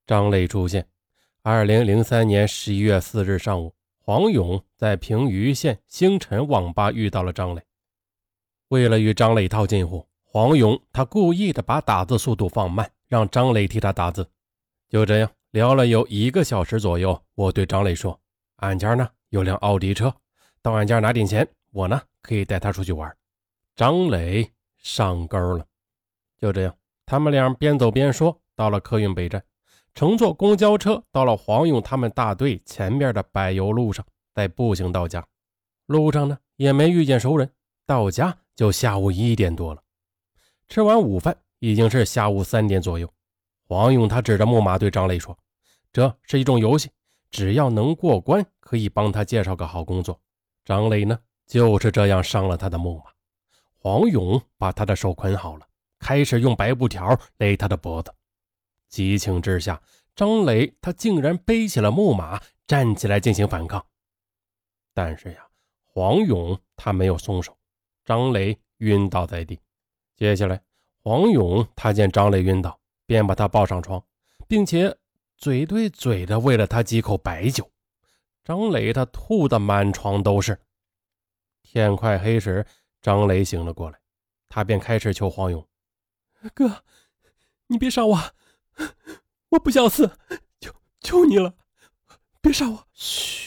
张磊出现。2003年11月4日上午，黄勇在平舆县星辰网吧遇到了张磊。为了与张磊套近乎，黄勇他故意的把打字速度放慢，让张磊替他打字。就这样聊了有1个小时左右，我对张磊说，俺家呢有辆奥迪车，到俺家拿点钱，我呢可以带他出去玩。张磊上钩了。就这样，他们俩边走边说，到了客运北站，乘坐公交车到了黄勇他们大队前面的柏油路上，再步行到家。路上呢也没遇见熟人，到家就下午1点多了。吃完午饭已经是下午3点左右。黄勇他指着木马对张磊说，这是一种游戏，只要能过关可以帮他介绍个好工作。张磊呢就是这样上了他的木马。黄勇把他的手捆好了，开始用白布条勒他的脖子。激情之下，张磊他竟然背起了木马，站起来进行反抗。但是呀，黄勇他没有松手，张磊晕倒在地。接下来，黄勇他见张磊晕倒，便把他抱上床，并且嘴对嘴的喂了他几口白酒。张磊他吐得满床都是。天快黑时，张磊醒了过来，他便开始求黄勇， 哥，你别杀我，我不想死，求你了，别杀我。 嘘，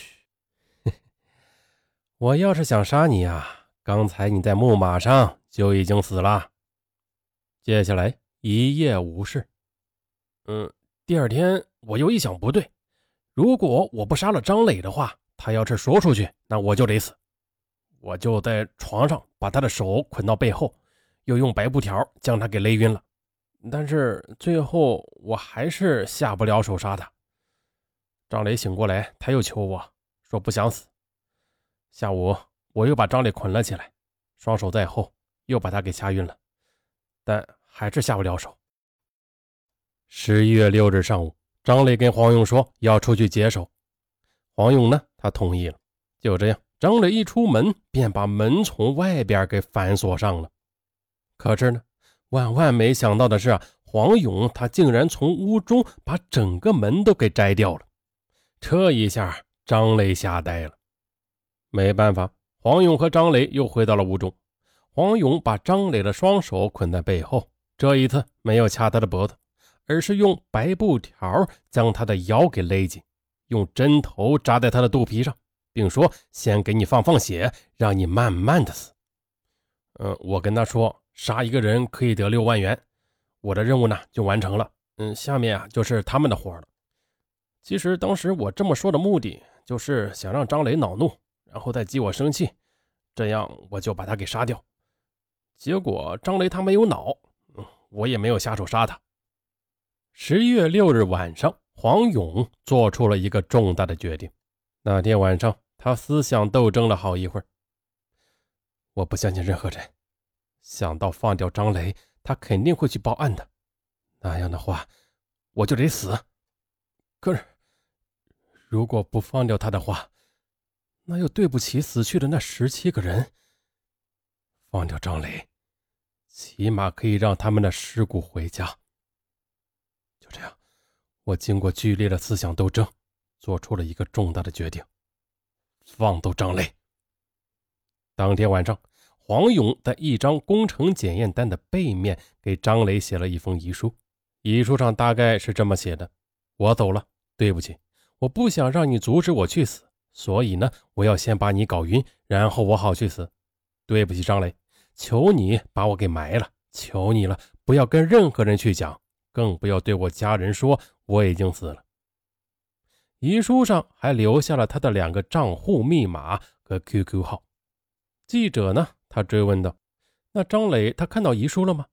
我要是想杀你啊，刚才你在木马上就已经死了。接下来一夜无事。第二天我又一想不对，如果我不杀了张磊的话，他要是说出去，那我就得死。我就在床上把他的手捆到背后，又用白布条将他给勒晕了。但是最后我还是下不了手杀他。张磊醒过来，他又求我说不想死。下午我又把张磊捆了起来，双手在后，又把他给吓晕了，但还是下不了手。11月6日上午，张磊跟黄勇说要出去解手。黄勇呢，他同意了。就这样，张磊一出门便把门从外边给反锁上了。可是呢，万万没想到的是黄勇他竟然从屋中把整个门都给摘掉了。这一下张磊吓呆了。没办法，黄勇和张磊又回到了屋中。黄勇把张磊的双手捆在背后，这一次没有掐他的脖子，而是用白布条将他的腰给勒紧，用针头扎在他的肚皮上，并说先给你放血，让你慢慢的死。我跟他说杀一个人可以得6万元，我的任务呢就完成了。下面就是他们的活了。其实当时我这么说的目的就是想让张磊恼怒，然后再激我生气，这样我就把他给杀掉。结果张磊他没有恼，我也没有下手杀他。11月6日晚上，黄勇做出了一个重大的决定。那天晚上他思想斗争了好一会儿。我不相信任何人，想到放掉张磊，他肯定会去报案的，那样的话我就得死。可是如果不放掉他的话，那又对不起死去的那17个人。放掉张磊，起码可以让他们的尸骨回家。就这样，我经过剧烈的思想斗争，做出了一个重大的决定，放走张磊。当天晚上，黄勇在一张工程检验单的背面给张磊写了一封遗书。遗书上大概是这么写的：我走了，对不起，我不想让你阻止我去死，所以呢，我要先把你搞晕，然后我好去死。对不起张磊，求你把我给埋了，求你了，不要跟任何人去讲，更不要对我家人说我已经死了。遗书上还留下了他的2个账户密码和 QQ 号。记者呢，他追问道，那张磊他看到遗书了吗？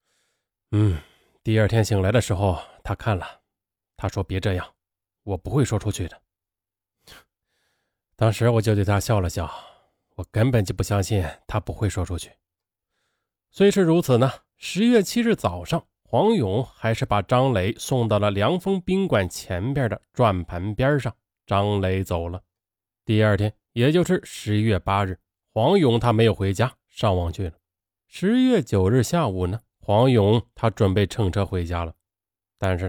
第二天醒来的时候他看了，他说别这样，我不会说出去的。当时我就对他笑了笑，我根本就不相信他不会说出去。虽是如此呢，11月7日早上，黄勇还是把张磊送到了凉风宾馆前边的转盘边上，张磊走了。第二天，也就是11月8日，黄勇他没有回家，上网去了。11月9日下午呢，黄勇他准备乘车回家了。但是呢，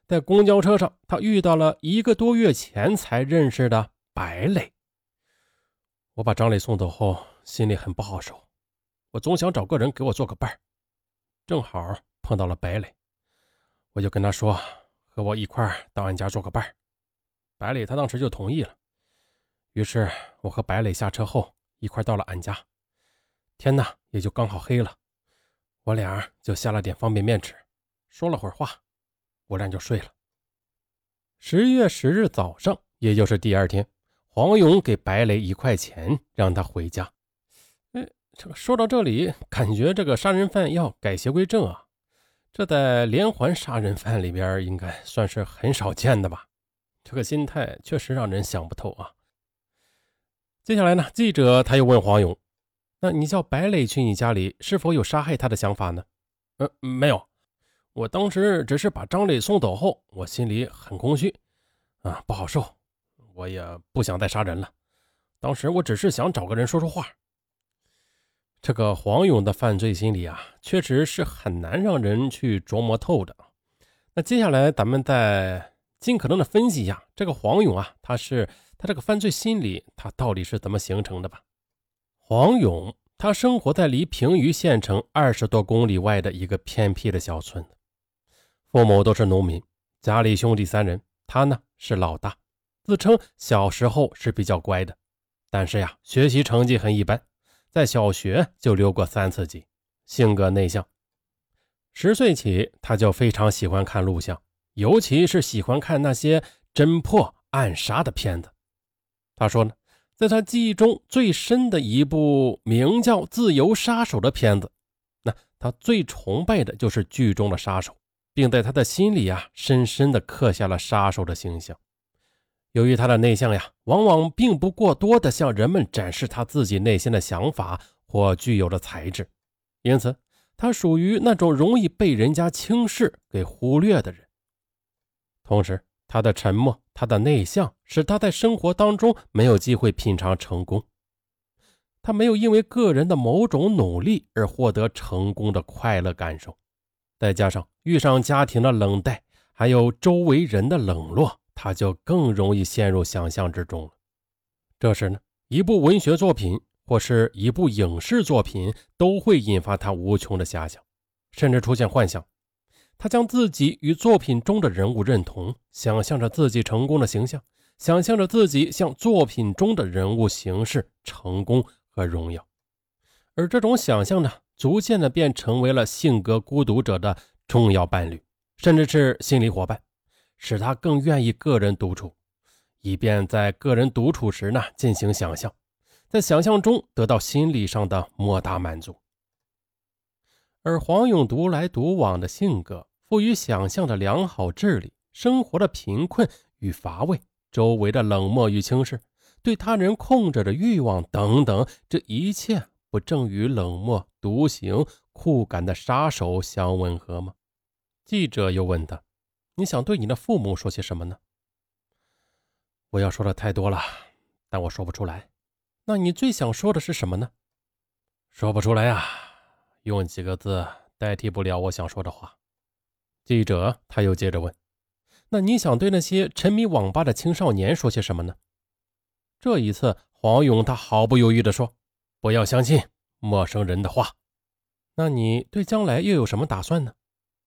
在公交车上，他遇到了1个多月前才认识的白磊。我把张磊送走后，心里很不好受，我总想找个人给我做个伴儿，正好碰到了白磊，我就跟他说和我一块儿到俺家做个伴儿。白磊他当时就同意了，于是我和白磊下车后一块到了俺家。天呐，也就刚好黑了，我俩就下了点方便面吃，说了会儿话，我俩就睡了。10月10日早上，也就是第二天，黄勇给白磊1块钱让他回家。说到这里，感觉这个杀人犯要改邪归正啊，这在连环杀人犯里边应该算是很少见的吧。这个心态确实让人想不透啊。接下来呢，记者他又问黄勇，那你叫白磊去你家里，是否有杀害他的想法呢？没有，我当时只是把张磊送走后，我心里很空虚啊，不好受，我也不想再杀人了。当时我只是想找个人说说话。这个黄勇的犯罪心理啊，确实是很难让人去琢磨透的。那接下来咱们再尽可能的分析一下这个黄勇啊，他这个犯罪心理他到底是怎么形成的吧。黄勇他生活在离平舆县城20多公里外的一个偏僻的小村子，父母都是农民，家里兄弟3人，他呢是老大，自称小时候是比较乖的，但是呀学习成绩很一般，在小学就留过3次级，性格内向。10岁起他就非常喜欢看录像，尤其是喜欢看那些侦破暗杀的片子。他说呢，在他记忆中最深的一部名叫《自由杀手》的片子，那他最崇拜的就是剧中的杀手，并在他的心里啊深深地刻下了杀手的形象。由于他的内向呀，往往并不过多地向人们展示他自己内心的想法或具有的才智，因此他属于那种容易被人家轻视给忽略的人。同时他的沉默，他的内向，使他在生活当中没有机会品尝成功。他没有因为个人的某种努力而获得成功的快乐感受，再加上遇上家庭的冷淡，还有周围人的冷落，他就更容易陷入想象之中了。这时呢，一部文学作品或是一部影视作品都会引发他无穷的遐想，甚至出现幻想。他将自己与作品中的人物认同，想象着自己成功的形象，想象着自己像作品中的人物形式成功和荣耀。而这种想象呢，逐渐的便成为了性格孤独者的重要伴侣，甚至是心理伙伴，使他更愿意个人独处，以便在个人独处时呢进行想象，在想象中得到心理上的莫大满足。而黄勇独来独往的性格，富于想象的良好智力，生活的贫困与乏味，周围的冷漠与轻视，对他人控制的欲望等等，这一切不正与冷漠、独行、酷感的杀手相吻合吗？记者又问他，你想对你的父母说些什么呢？我要说的太多了，但我说不出来。那你最想说的是什么呢？说不出来啊，用几个字代替不了我想说的话。记者他又接着问，那你想对那些沉迷网吧的青少年说些什么呢？这一次黄勇他毫不犹豫地说，不要相信陌生人的话。那你对将来又有什么打算呢？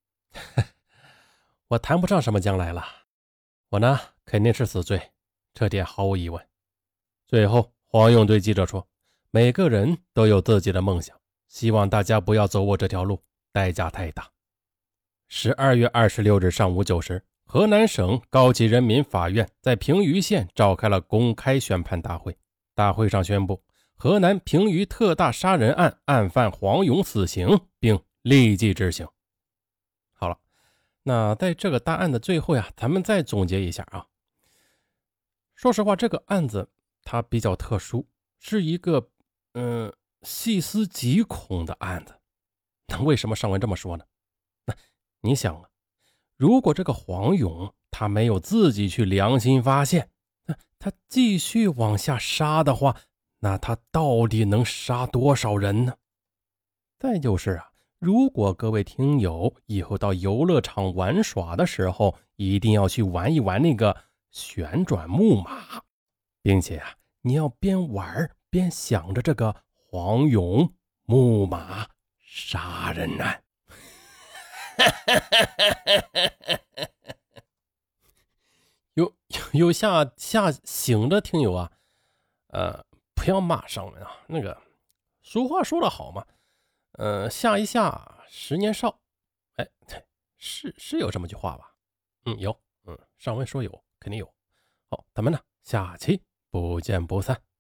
我谈不上什么将来了，我呢肯定是死罪，这点毫无疑问。最后黄勇对记者说，每个人都有自己的梦想，希望大家不要走我这条路，代价太大。12月26日上午9时，河南省高级人民法院在平舆县召开了公开宣判大会。大会上宣布，河南平舆特大杀人案案犯黄勇死刑，并立即执行。好了，那在这个大案的最后呀，咱们再总结一下啊。说实话，这个案子它比较特殊，是一个细思极恐的案子。那为什么上文这么说呢？你想啊，如果这个黄勇他没有自己去良心发现，他继续往下杀的话，那他到底能杀多少人呢？再就是啊， 如果各位听友以后到游乐场玩耍的时候，一定要去玩一玩那个旋转木马，并且啊，你要边玩边想着这个黄勇木马杀人案。有下醒的听友啊，不要骂上文啊，那个俗话说得好嘛，下一下十年少，哎，是有这么句话吧？有，上文说有，肯定有。好，咱们呢下期不见不散。